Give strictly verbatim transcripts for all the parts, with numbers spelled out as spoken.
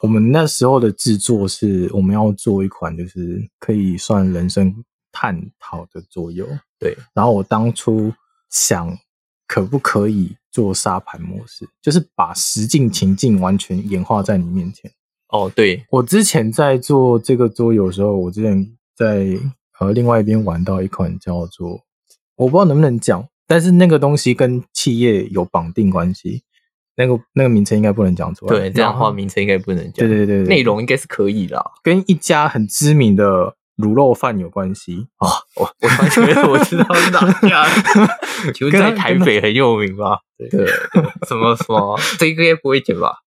我们那时候的制作是我们要做一款就是可以算人生探讨的桌游， 对。 然后我当初想可不可以做沙盘模式，就是把实境情境完全演化在你面前。 哦，对， 我之前在做这个桌游的时候，我之前在呃另外一边玩到一款叫做，我不知道能不能讲，但是那个东西跟企业有绑定关系。那个那个名称应该不能讲出来， 对，这样的话名称应该不能讲。 对对对对， 内容应该是可以啦。 跟一家很知名的卤肉饭有关系啊、哦！我我突然觉得我知道是哪家，请问在台北很有名吗？对对，什么什么，这个应该不会讲吧？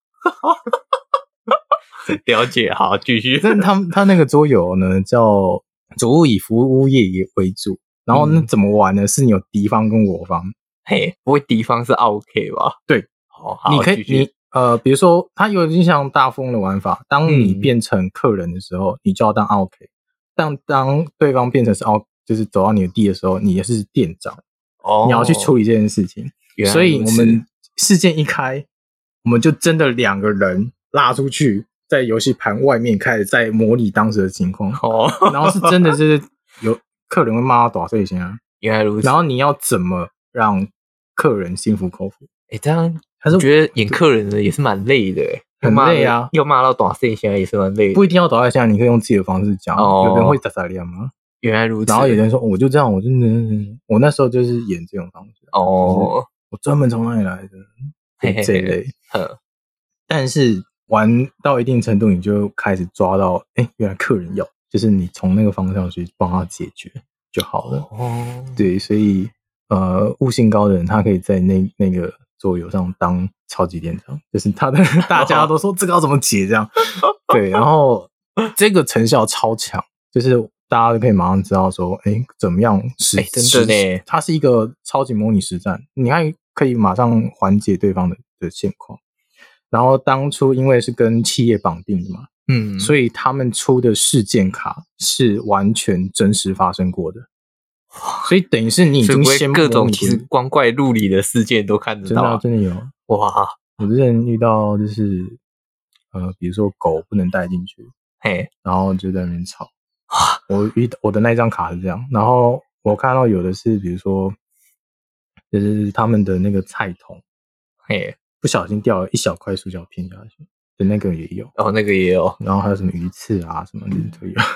了解，好，继续。 但他他那个桌游呢，叫主务以服务业为主，然后那怎么玩呢？是你有敌方跟我方。 嘿，不会敌方是 OK 吧？ 对， 哦，好， 你可以你呃，比如说它有点像大富翁的玩法，当你嗯变成客人的时候，你就要当 OK， 但当对方变成是 OK， 就是走到你的地的时候，你也是店长，哦，你要去处理这件事情。所以我们事件一开，我们就真的两个人拉出去，在游戏盘外面开始在模拟当时的情况，哦，然后是真的就是有客人会骂他多少岁先啊， 原来如此。 然后你要怎么让客人心服口服？ 哎，这样还是我觉得演客人的也是蛮累的， 很累啊， 要骂到多少岁现在也是蛮累的。 不一定要倒在下，你可以用自己的方式讲。哦，有人会咋咋练吗？ 原来如此。 然后有人说，我就这样，我就我那时候就是演这种方式。哦，我专门从哪里来的？嘿嘿嘿这一类。但是玩到一定程度，你就开始抓到，哎，原来客人要，就是你从那个方向去帮他解决就好了。哦，对，所以呃，悟性高的人，他可以在那那个桌游上当超级店长，就是他的大家都说这个要怎么解这样。对，然后这个成效超强，就是大家就可以马上知道说，哎，怎么样实、欸、 真的呢， 它是一个超级模拟实战，你还可以马上缓解对方的的现况。然后当初因为是跟企业绑定的嘛，嗯，所以他们出的事件卡是完全真实发生过的，所以等于是你已经先各种其实光怪陆离的事件都看得到， 真的真的有哇！我之前遇到就是呃，比如说狗不能带进去，嘿，然后就在那边吵。我遇我的那张卡是这样，然后我看到有的是比如说就是他们的那个菜桶，嘿。不小心掉了一小块塑胶片下去的那个也有哦，那个也有， 然后还有什么鱼刺啊什么的都有。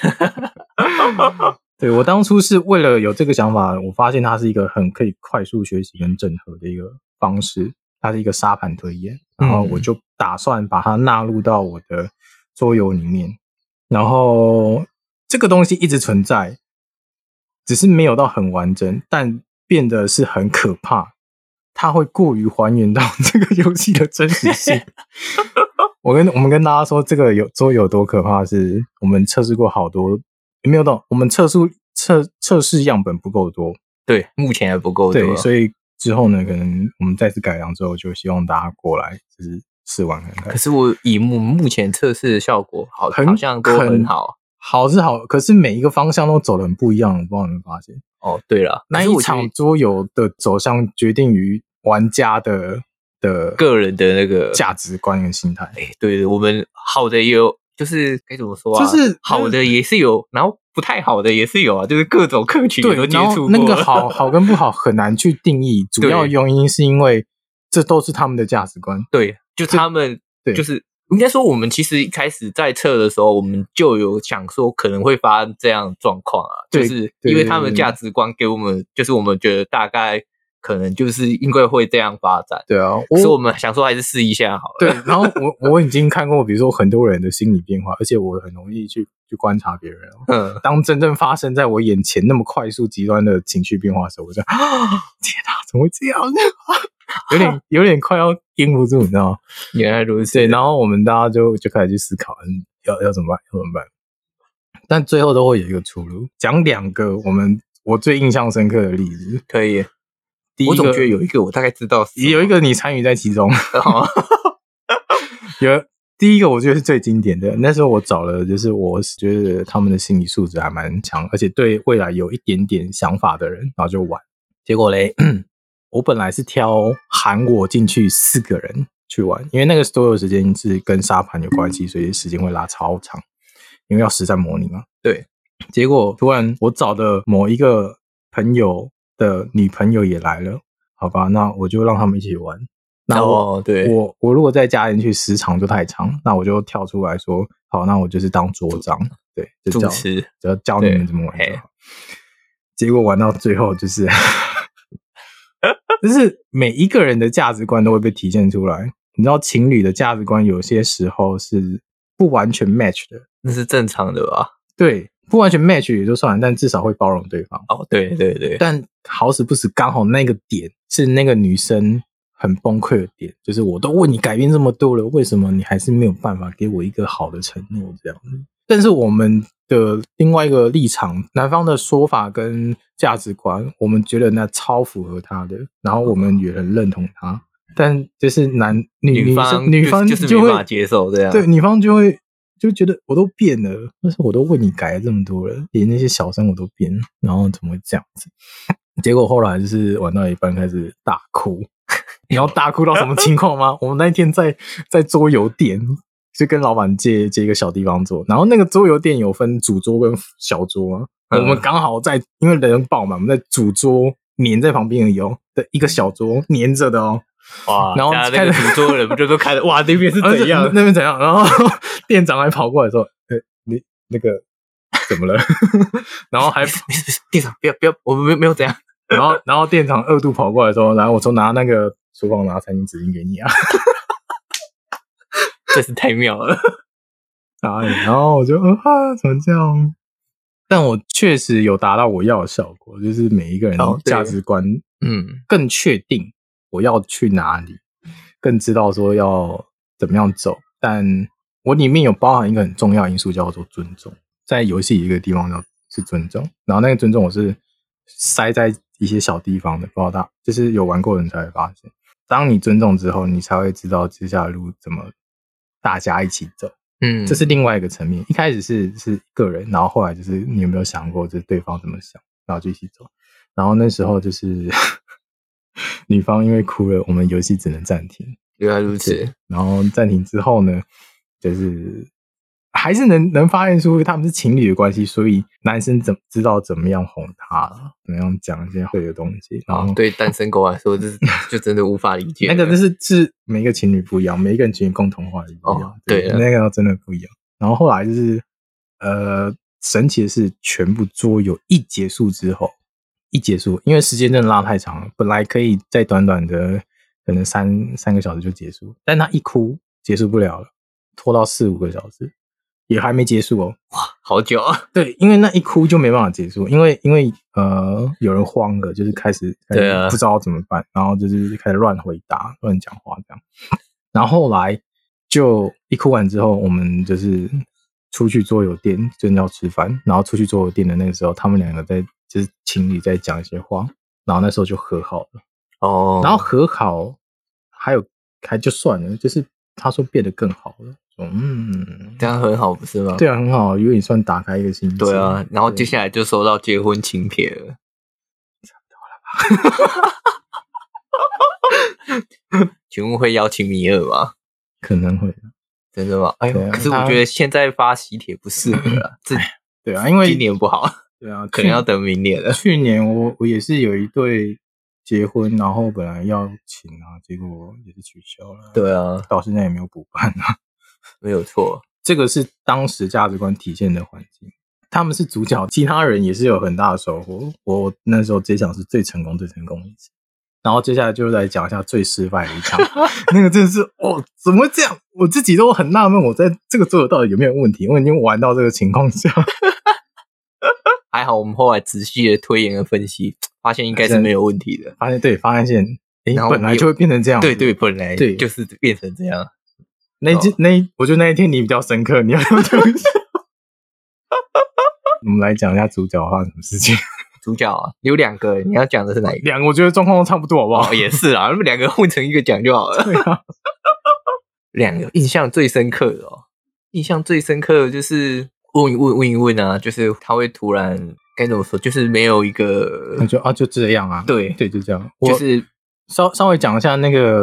对，我当初是为了有这个想法，我发现它是一个很可以快速学习跟整合的一个方式，它是一个沙盘推演，然后我就打算把它纳入到我的桌游里面，然后这个东西一直存在，只是没有到很完整，但变得是很可怕。它会过于还原到这个游戏的真实性。我跟我们跟大家说，这个有桌游多可怕是，我们测试过好多，没有到我们测试测测试样本不够多， 对，目前还不够多。 对，所以之后呢，可能我们再次改良之后，就希望大家过来就是试玩看看。 可是我以目目前测试的效果好，好像都很好， 好是好，可是每一个方向都走得很不一样，我不知道你们发现。 哦，对了， 那一场桌游的走向决定于玩家的的个人的那个价值观跟心态。 哎，对，我们好的也有，就是该怎么说啊？ 就是好的也是有，然后不太好的也是有啊，就是各种客群都接触过。 那个好好跟不好很难去定义，主要原因是因为这都是他们的价值观。 对，就他们就是应该说，我们其实一开始在测的时候，我们就有想说可能会发生这样的状况啊，就是因为他们的价值观给我们，就是我们觉得大概可能就是因为会这样发展。 对啊， 所以我们想说还是试一下好了。 对，然后我我已经看过，比如说很多人的心理变化，而且我很容易去去观察别人。嗯，当真正发生在我眼前那么快速极端的情绪变化的时候，我就啊，天哪，怎么会这样？有点有点快要盯不住，你知道吗？ 原来如此。 对，然后我们大家就就开始去思考，嗯，要要怎么办？要怎么办？但最后都会有一个出路。讲两个我们我最印象深刻的例子， 可以。 第一个我总觉得有一个我大概知道， 有一个你参与在其中。有第一个我觉得是最经典的，那时候我找了，就是我觉得他们的心理素质还蛮强，而且对未来有一点点想法的人，然后就玩。结果嘞。我本来是挑喊我进去四个人， 去玩，因为那个所有时间是跟沙盘有关系，所以时间会拉超长，因为要实战模拟嘛。 对， 结果突然我找的某一个朋友的女朋友也来了，好吧，那我就让他们一起玩。那我、 哦、对我我如果再加进去时长就太长，那我就跳出来说，好，那我就是当桌长，对，就教主持， 只要教你们怎么玩就好。结果玩到最后就是就是每一个人的价值观都会被体现出来。你知道情侣的价值观有些时候是不完全 match 的， 那是正常的吧？ 对，不完全 match 也就算了，但至少会包容对方。 哦，对对对。 但好死不死，刚好那个点是那个女生很崩溃的点，就是我都为你改变这么多了，为什么你还是没有办法给我一个好的承诺这样子？但是我们的另外一个立场，男方的说法跟价值观，我们觉得那超符合他的，然后我们也很认同他，但就是男女女方女方就是就会没办法接受这样， 对，女方就会就觉得我都变了，但是我都为你改了这么多了，连那些小声我都变了，然后怎么会这样子？结果后来就是玩到一半开始大哭，你知道大哭到什么情况吗？我们那一天在在桌游店，就跟老板借借一个小地方坐，然后那个桌游店有分主桌跟小桌嘛，嗯、我们刚好在因为人爆满，我们在主桌黏在旁边而已哦的一个小桌黏着的哦。 哇！ 然后那个主桌人不就都看着哇那边是怎样？ 那边怎样？然后店长还跑过来说：“呃，你那个怎么了？”然后还店长不要不要，我们没没有怎样。 然后然后店长二度跑过来说：“然后我说拿那个厨房拿餐巾纸巾给你啊。” 真是太妙了。 哎，然后我就啊，怎么这样？但我确实有达到我要的效果，就是每一个人的价值观，嗯，更确定我要去哪里，更知道说要怎么样走。但我里面有包含一个很重要的因素，叫做尊重。在游戏一个地方叫是尊重，然后那个尊重我是塞在一些小地方的，不知道大就是有玩过的人才会发现，当你尊重之后，你才会知道接下来路怎么大家一起走。嗯，这是另外一个层面。一开始是是个人，然后后来就是你有没有想过，就是对方怎么想，然后就一起走。然后那时候就是女方因为哭了，我们游戏只能暂停。 原来如此。 然后暂停之后呢，就是还是能能发现出他们是情侣的关系，所以男生怎知道怎么样哄她，怎么样讲一些会的东西。然后、 哦、对单身狗来说，这是就真的无法理解。 那个就是是每一个情侣不一样，每一个人情侣共同话题不一样。哦、对，对那个真的不一样。然后后来就是呃，神奇的是，全部桌游一结束之后，一结束，因为时间真的拉太长了，本来可以在短短的可能三三个小时就结束，但他一哭结束不了了，拖到四五个小时。也还没结束哦， 哇，好久啊！ 对，因为那一哭就没办法结束，因为因为呃有人慌了，就是开始对啊， 不知道怎么办，然后就是开始乱回答、乱讲话这样。然后后来就一哭完之后，我们就是出去桌游店，真的要吃饭，然后出去桌游店的那个时候，他们两个在就是情侣在讲一些话，然后那时候就和好了。 哦， 然后和好还有还就算了，就是他说变得更好了。嗯， 这样很好，不是吗？ 对啊，很好，因为你算打开一个新界。 对啊，然后接下来就收到结婚请帖了， 差不多了吧？请问会邀请米尔吗？ 可能会， 真的吗？哎呦，啊、可是我觉得现在发喜帖不适合啊，这对啊，因为今年不好， 对啊， 可能要等明年了。 去年我我也是有一对结婚，然后本来要请啊，结果也是取消了。 对啊， 到现在也没有补办啊。 没有错， 这个是当时价值观体现的环境。他们是主角，其他人也是有很大的收获。我那时候这场是最成功、最成功的一次。然后接下来就来讲一下最失败的一场。那个真的是哦，怎么会这样？我自己都很纳闷，我在这个桌游到底有没有问题？我已经玩到这个情况下， 还好我们后来仔细的推演和分析，发现应该是没有问题的。 发现对，发现哎，本来就会变成这样。 对对，本来对就是变成这样。 那一那我觉得那一天你比较深刻，你要讲一下。我们来讲一下主角发生什么事情。 主角啊，有两个，你要讲的是哪一个？ 两个，我觉得状况都差不多，好不好？ 哦、也是啊，两个混成一个讲就好了。 对啊， 两个印象最深刻的哦，印象最深刻的就是问一问问一问啊，就是他会突然该怎么说，就是没有一个， 那就啊就这样啊， 对对，就这样， 就是稍稍微讲一下那个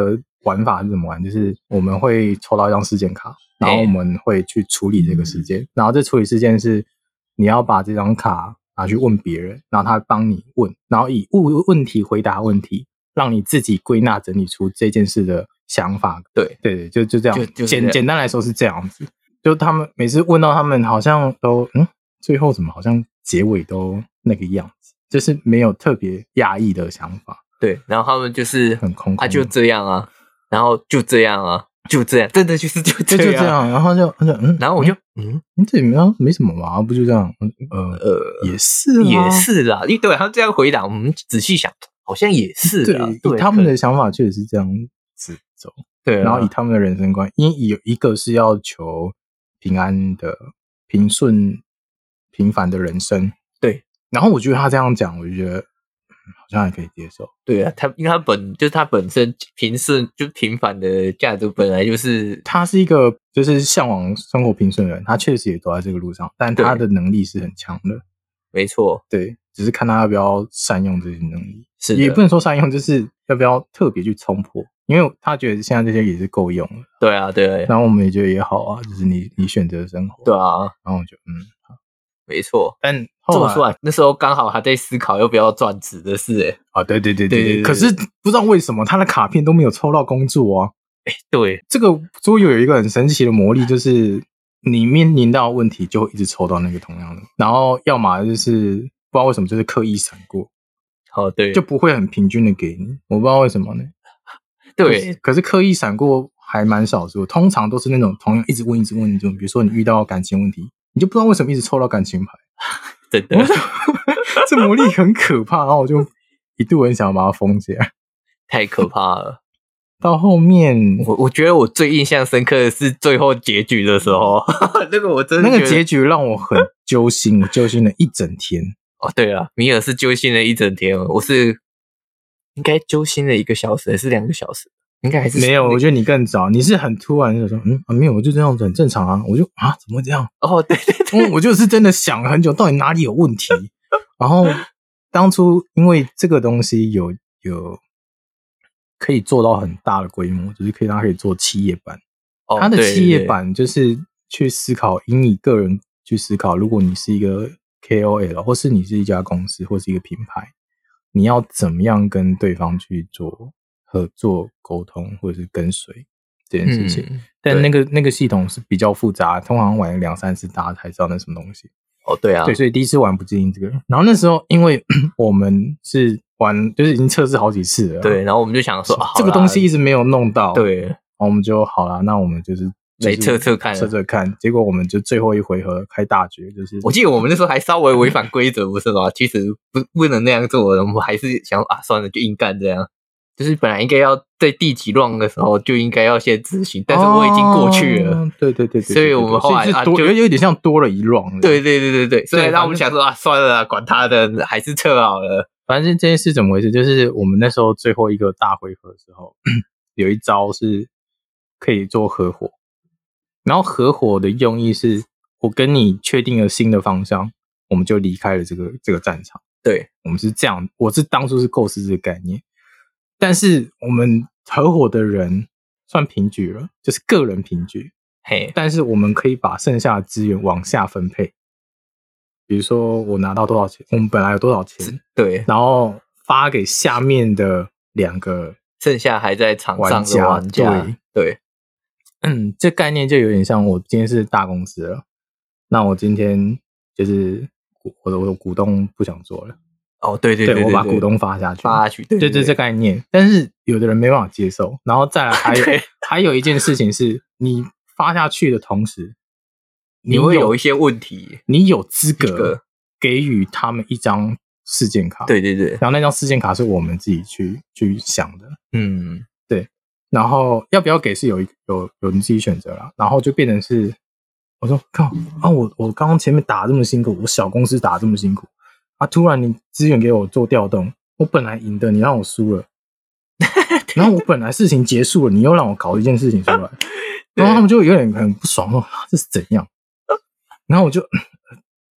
玩法是怎么玩？就是我们会抽到一张事件卡，然后我们会去处理这个事件，然后这处理事件是你要把这张卡拿去问别人，然后他帮你问，然后以问问题回答问题，让你自己归纳整理出这件事的想法。 对对对，就就这样， 就就简简单来说是这样子。就他们每次问到他们好像都嗯，最后怎么好像结尾都那个样子，就是没有特别压抑的想法。 对，然后他们就是很空空， 啊就这样啊，然后就这样啊，就这样，真的就是就这样， 就这样，然后就就嗯， 然后我就嗯， 嗯这也没有没什么嘛，不就这样？呃呃，也是啦， 也是啦，因为对他这样回答，我们仔细想，好像也是啦， 对，以他们的想法确实是这样子走， 对， 然后以他们的人生观，因为有一个是要求平安的、平顺、平凡的人生， 对。 然后我觉得他这样讲，我就觉得、嗯、好像还可以接受。 对啊，他因为他本就是他本身平顺就平凡的价值本来就是他是一个就是向往生活平顺的人，他确实也走在这个路上，但他的能力是很强的。 没错， 对，只是看他要不要善用这些能力， 是也不能说善用，就是要不要特别去冲破，因为他觉得现在这些也是够用了。 对啊，对， 然后我们也觉得也好啊，就是你你选择的生活。 对啊， 然后我就嗯，好， 没错。 但这么说来，那时候刚好还在思考要不要转职的事、欸，哎， 啊，对对对对 对, 对，可是不知道为什么他的卡片都没有抽到工作啊。 哎，对， 这个桌游有一个很神奇的魔力，就是你面临到问题就会一直抽到那个同样的，然后要么就是不知道为什么就是刻意闪过， 哦对， 就不会很平均的给你，我不知道为什么呢？ 对， 可是，可是刻意闪过还蛮少数，通常都是那种同样一直问一直问一直问，比如说你遇到感情问题，你就不知道为什么一直抽到感情牌， 真的， 这魔力很可怕，然后我就一度很想把它封起来， 太可怕了。 到后面， 我我觉得我最印象深刻的是最后结局的时候，那个我真的那个结局让我很揪心，我揪心了一整天。 哦，对了，米尔是揪心了一整天，我是应该揪心了一个小时还是两个小时？应该还是没有，我觉得你更早，你是很突然的说，嗯啊没有，我就这样子很正常啊，我就啊怎么会这样？ 哦，对对对， 我就是真的想了很久，到底哪里有问题？然后当初因为这个东西有有。可以做到很大的规模，就是可以让它可以做企业版。 哦、 它的企业版就是去思考，以你个人去思考，如果你是一个 K O L， 或是你是一家公司，或是一个品牌，你要怎么样跟对方去做合作、沟通，或者是跟随这件事情？嗯、但那个那个系统是比较复杂，通常玩两三次，大家才知道那什么东西。 哦，对啊， 对，所以第一次玩不建议这个。然后那时候，因为我们是玩，就是已经测试好几次了， 对，然后我们就想说， 这个东西一直没有弄到， 对， 然后我们就好啦，那我们就是来测测看， 测测看。结果我们就最后一回合开大绝，就是我记得我们那时候还稍微违反规则，不是吗？其实不不能那样做，我们还是想啊，算了，就硬干这样。就是本来应该要在第几 round 的时候就应该要先执行，但是我已经过去了。 哦、对对对 对, 对, 对, 对， 所以我们后来啊，就有点像多了一 round。 对对对对对，所以让我们想说啊，算了啦，管他的，还是测好了。 反正这件事怎么回事？就是我们那时候最后一个大回合的时候，有一招是可以做合伙，然后合伙的用意是我跟你确定了新的方向，我们就离开了这个这个战场。 对， 我们是这样，我是当初是构思这个概念。但是我们合伙的人算平局了，就是个人平局。 嘿， 但是我们可以把剩下的资源往下分配。比如说我拿到多少钱，我们本来有多少钱， 对， 然后发给下面的两个剩下还在场上的玩家。对对， 嗯，这概念就有点像我今天是大公司了，那我今天就是我的我的股东不想做了。 哦，对对 对, 对, 对，我把股东发下去， 发下去，对对对，这概念。但是有的人没办法接受，然后再来还有还有一件事情是，你发下去的同时， 你会有一些问题， 你有资格给予他们一张事件卡。 对对对， 然后那张事件卡是我们自己去去想的， 嗯， 对。然后要不要给是有有有人自己选择啦，然后就变成是，我说靠啊，我我刚刚前面打这么辛苦，我小公司打这么辛苦。啊！突然你资源给我做调动，我本来赢的，你让我输了，然后我本来事情结束了，你又让我搞一件事情出来，然后他们就有点很不爽，说这是怎样？然后我就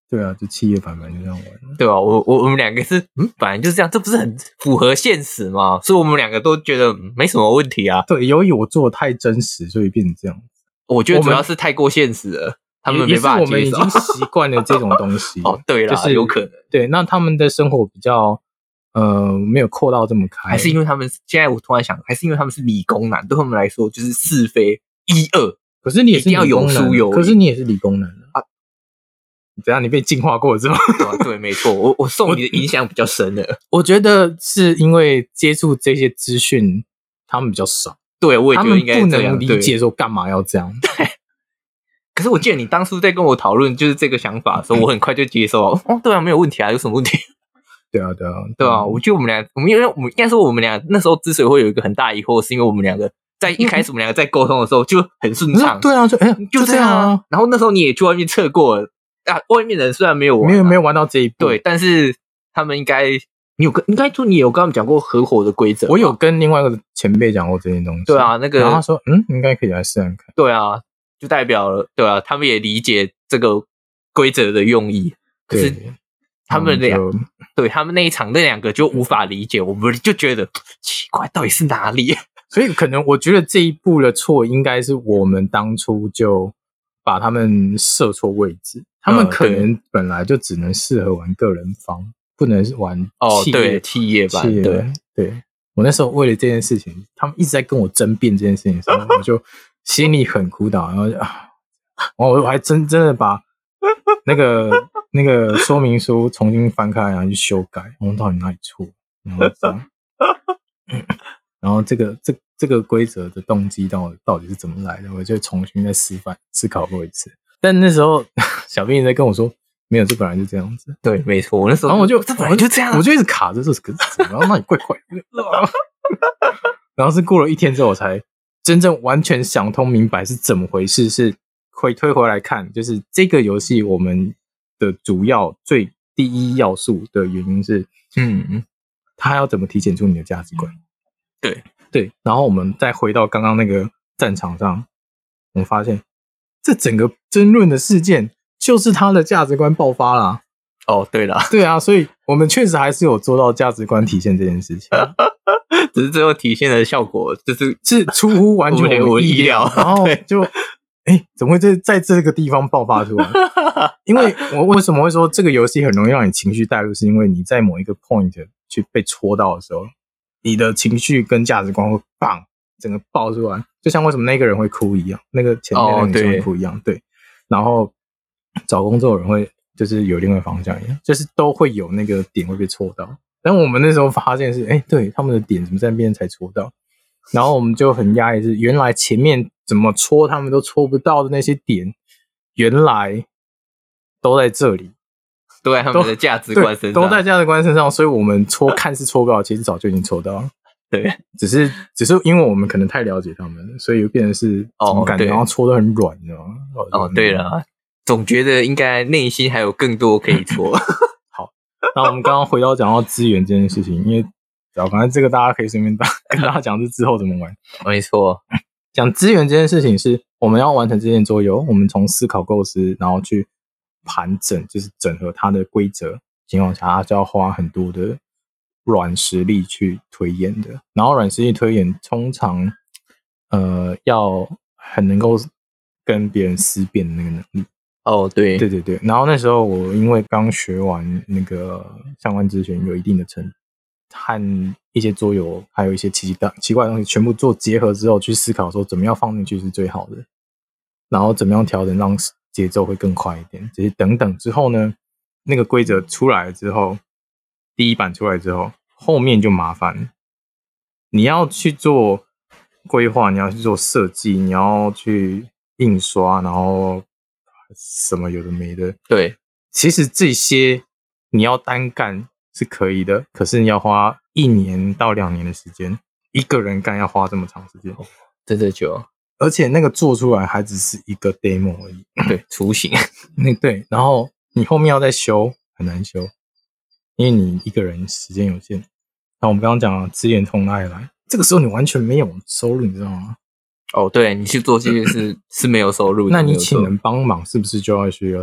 对啊，就企业版本就这样玩， 对吧、啊？我我我们两个是嗯，本来就是这样，这不是很符合现实吗？所以我们两个都觉得、嗯、没什么问题啊。 对，由于我做的太真实，所以变成这样。 我觉得主要是太过现实了，他们没办法接受。 我们已经习惯了这种东西。 哦，对啦，就是有可能。 对，那他们的生活比较呃没有扩到这么开， 还是因为他们现在我突然想，还是因为他们是理工男，对他们来说就是是非一二。 可是你也是一定要有输有赢， 可是你也是理工男啊。怎样？你被进化过之后？ 对、啊、对，没错，我我受你的影响比较深了。 我觉得是因为接触这些资讯，他们比较少。 对，我也觉得应该不能理解说干嘛要这样。 对。可是我记得你当初在跟我讨论就是这个想法的时候，我很快就接受了。哦，对啊，没有问题啊，有什么问题？ 对啊，对啊， 对啊。我觉得我们俩，我们因为我们应该说我们俩那时候之所以会有一个很大疑惑，是因为我们两个在一开始我们两个在沟通的时候就很顺畅。 对啊，就哎、欸，就这样啊。 然后那时候你也去外面测过了。啊，外面的人虽然没有玩、啊， 没有没有玩到这一步， 对，但是他们应该，你有跟应该说你有跟他们讲过合伙的规则， 我有跟另外一个前辈讲过这些东西， 对啊，那个， 然后他说，嗯，应该可以来试看看， 对啊，就代表了，对啊，他们也理解这个规则的用意，可是他们俩，对他们那一场那两个就无法理解，我们就觉得奇怪，到底是哪里？ 所以可能我觉得这一步的错应该是我们当初就把他们设错位置。他们可能本来就只能适合玩个人方，不能玩企业、 哦、对企业版。 企业对对，我那时候为了这件事情，他们一直在跟我争辩这件事情的时候，我就心里很苦恼，然后就啊，然后我还真真的把那个那个说明书重新翻开，然后去修改，我们到底哪里错，然后这样，然后这个这这个规则的动机到到底是怎么来的，我就重新再示范思考过一次。但那时候小兵也在跟我说，没有，这本来就这样子。 对，没错。我那时候， 然后我就这本来就这样， 我就一直卡着这是，然后那里怪怪的。然后是过了一天之后，我才真正完全想通明白是怎么回事。是回推回来看，就是这个游戏我们的主要最第一要素的原因是，嗯，它要怎么体现出你的价值观？ 对对。然后我们再回到刚刚那个战场上，我们发现。这整个争论的事件就是他的价值观爆发啦。 哦，对啦， 对啊，所以我们确实还是有做到价值观体现这件事情， 只是最后体现的效果就是是出乎完全我意料，然后就哎，怎么会在在这个地方爆发出来？因为我为什么会说这个游戏很容易让你情绪带入，是因为你在某一个 point 去被戳到的时候，你的情绪跟价值观会棒整个爆出来。就像为什么那个人会哭一样，那个前面那个女生会哭一样，哦、对, 对。然后找工作的人会就是有另外方向一样，就是都会有那个点会被戳到。但我们那时候发现是，哎，对，他们的点怎么在那边才戳到？然后我们就很压抑，是原来前面怎么戳他们都戳不到的那些点，原来都在这里， 都在他们的价值观身上， 都在价值观身上，所以我们戳看似戳不到，其实早就已经戳到了。 对， 只是只是因为我们可能太了解他们，所以变成是怎么感觉，然后戳得很软，你知道吗？ 哦，对了，总觉得应该内心还有更多可以戳。 好，那我们刚刚回到讲到资源这件事情，因为反正这个大家可以顺便跟大家讲是之后怎么玩。 没错， 讲资源这件事情是我们要完成这件桌游，我们从思考构思，然后去盘整，就是整合它的规则情况下，它就要花很多的软实力去推演的，然后软实力推演通常呃要很能够跟别人思辨的那个能力。 哦，对， 对对对。然后那时候我因为刚学完那个相关咨询，有一定的成和一些桌游，还有一些奇奇奇怪的东西，全部做结合之后，去思考说怎么样放进去是最好的，然后怎么样调整让节奏会更快一点，这些等等之后呢，那个规则出来了之后。第一版出来之后，后面就麻烦。你要去做规划，你要去做设计，你要去印刷，然后什么有的没的。 对， 其实这些你要单干是可以的，可是你要花一年到两年的时间，一个人干要花这么长时间， 真的久。 而且那个做出来还只是一个 demo 而已， 对，雏形。 那对，然后你后面要再修，很难修。因为你一个人时间有限，那我们刚刚讲了资源从哪里来，这个时候你完全没有收入，你知道吗？ 哦，对，你去做这件事是没有收入的， 那你请人帮忙是不是就要需要去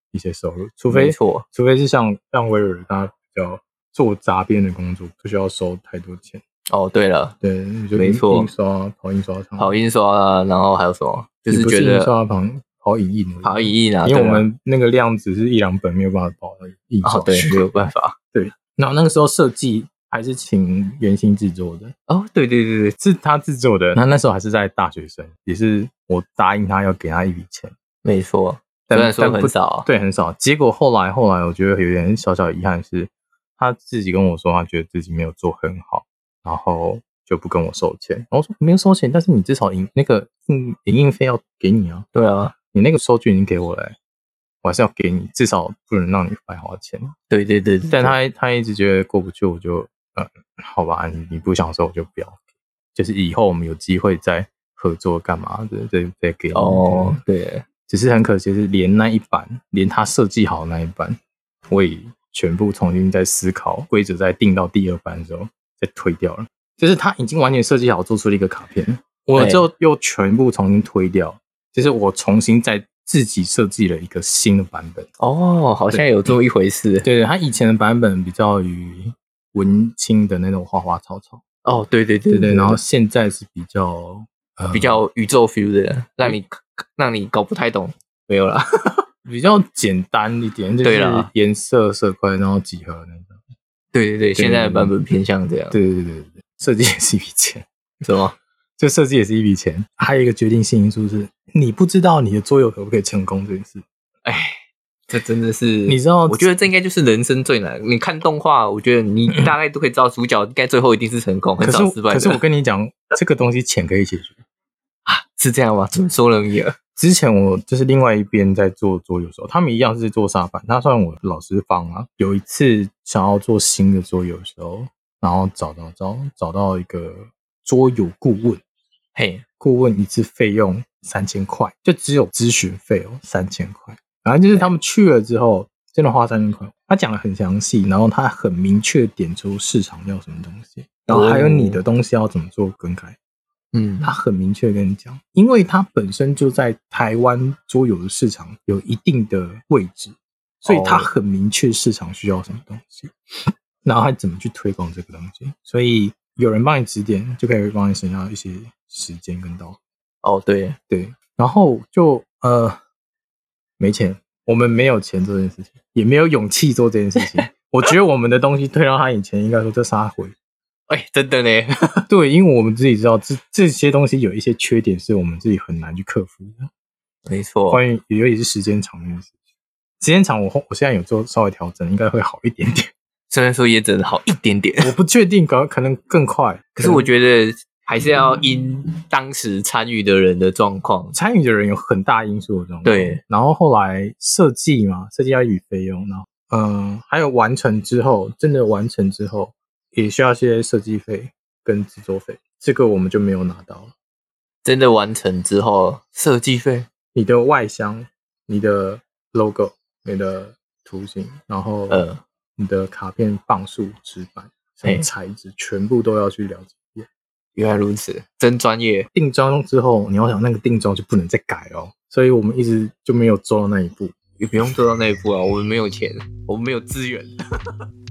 一些收入，除非错， 除非是像像威尔他比较做杂编的工作，不需要收太多钱。 哦，对了， 对，就没错， 印刷跑印刷厂， 跑印刷啊，然后还有什么？就是觉得印刷跑跑影印， 跑影印啊， 因为我们那个量只是一两本，没有办法跑印刷， 哦，对，没有办法。 对，然后那个时候设计还是请原兴制作的。 哦，对对对对， 是他制作的。那那时候还是在大学生，也是我答应他要给他一笔钱， 没错，虽然说很少， 对，很少。结果后来后来，我觉得有点小小遗憾是，他自己跟我说，他觉得自己没有做很好，然后就不跟我收钱。然后我说没有收钱，但是你至少影那个影影印费要给你啊。 对啊， 你那个收据已经给我了、欸，我还是要给你，至少不能让你白花钱。 对对 对, 对, 对， 但他他一直觉得过不去，我就呃，好吧，你你不想收我就不要，就是以后我们有机会再合作干嘛的，再再给你。 哦，对， 只是很可惜是连那一版，连他设计好那一版，我也全部重新再思考规则，再定到第二版的时候再推掉了。就是他已经完全设计好，做出了一个卡片，我就又全部重新推掉，就是我重新再自己设计了一个新的版本。 哦，好像有这么一回事。 对对，他以前的版本比较于文青的那种花花草草。 哦，对对对对, 对对，然后现在是比较、 呃、比较宇宙 feel 的，让你让你搞不太懂，没有啦， 比较简单一点，就是颜色色块，然后几何那种。 对对对，现在的版本偏向这样。 对对对对对，设计也是一笔钱。 什么？ 就设计也是一笔钱。还有一个决定性因素是，你不知道你的桌游可不可以成功这件事。 哎。这真的是， 你知道？ 我觉得这应该就是人生最难。你看动画，我觉得你大概都可以知道，主角应该最后一定是成功，很少失败的。 可是我跟你讲，这个东西钱可以解决啊，是这样吗？怎么说容易了？ 之前我就是另外一边在做桌游的时候，他们一样是做沙盘，他算我老师方啊。有一次想要做新的桌游的时候，然后找到找找到一个桌游顾问， 嘿， 顾问一次费用三千块，就只有咨询费哦，三千块。反正就是他们去了之后，真的花三千块。他讲的很详细，然后他很明确点出市场要什么东西，然后还有你的东西要怎么做更改。 嗯， 他很明确跟你讲，因为他本身就在台湾桌游的市场有一定的位置，所以他很明确市场需要什么东西，哦、然后他怎么去推广这个东西。所以有人帮你指点，就可以帮你省下一些时间跟道。 哦，对对，然后就呃。没钱，我们没有钱做这件事情，也没有勇气做这件事情。我觉得我们的东西推到他眼前，应该说这杀回。 哎、欸，真的呢？ 对，因为我们自己知道这这些东西有一些缺点，是我们自己很难去克服的。 没错， 关于尤其是时间长的事情，时间长我我现在有做稍微调整，应该会好一点点。 虽然说也只能好一点点， 我不确定，可可能更快。 可是我觉得。还是要因当时参与的人的状况， 参与的人有很大因素的状况。 对， 然后后来设计嘛，设计要一笔费用，然后嗯、呃，还有完成之后，真的完成之后，也需要一些设计费跟制作费，这个我们就没有拿到了。 真的完成之后，设计费， 你的外箱、你的 logo、你的图形，然后呃，你的卡片磅数、纸板、什么材质，全部都要去了解。 原来如此，真专业。 定妆之后，你要想那个定妆就不能再改哦，所以我们一直就没有做到那一步， 也不用做到那一步啊。我们没有钱，我们没有资源。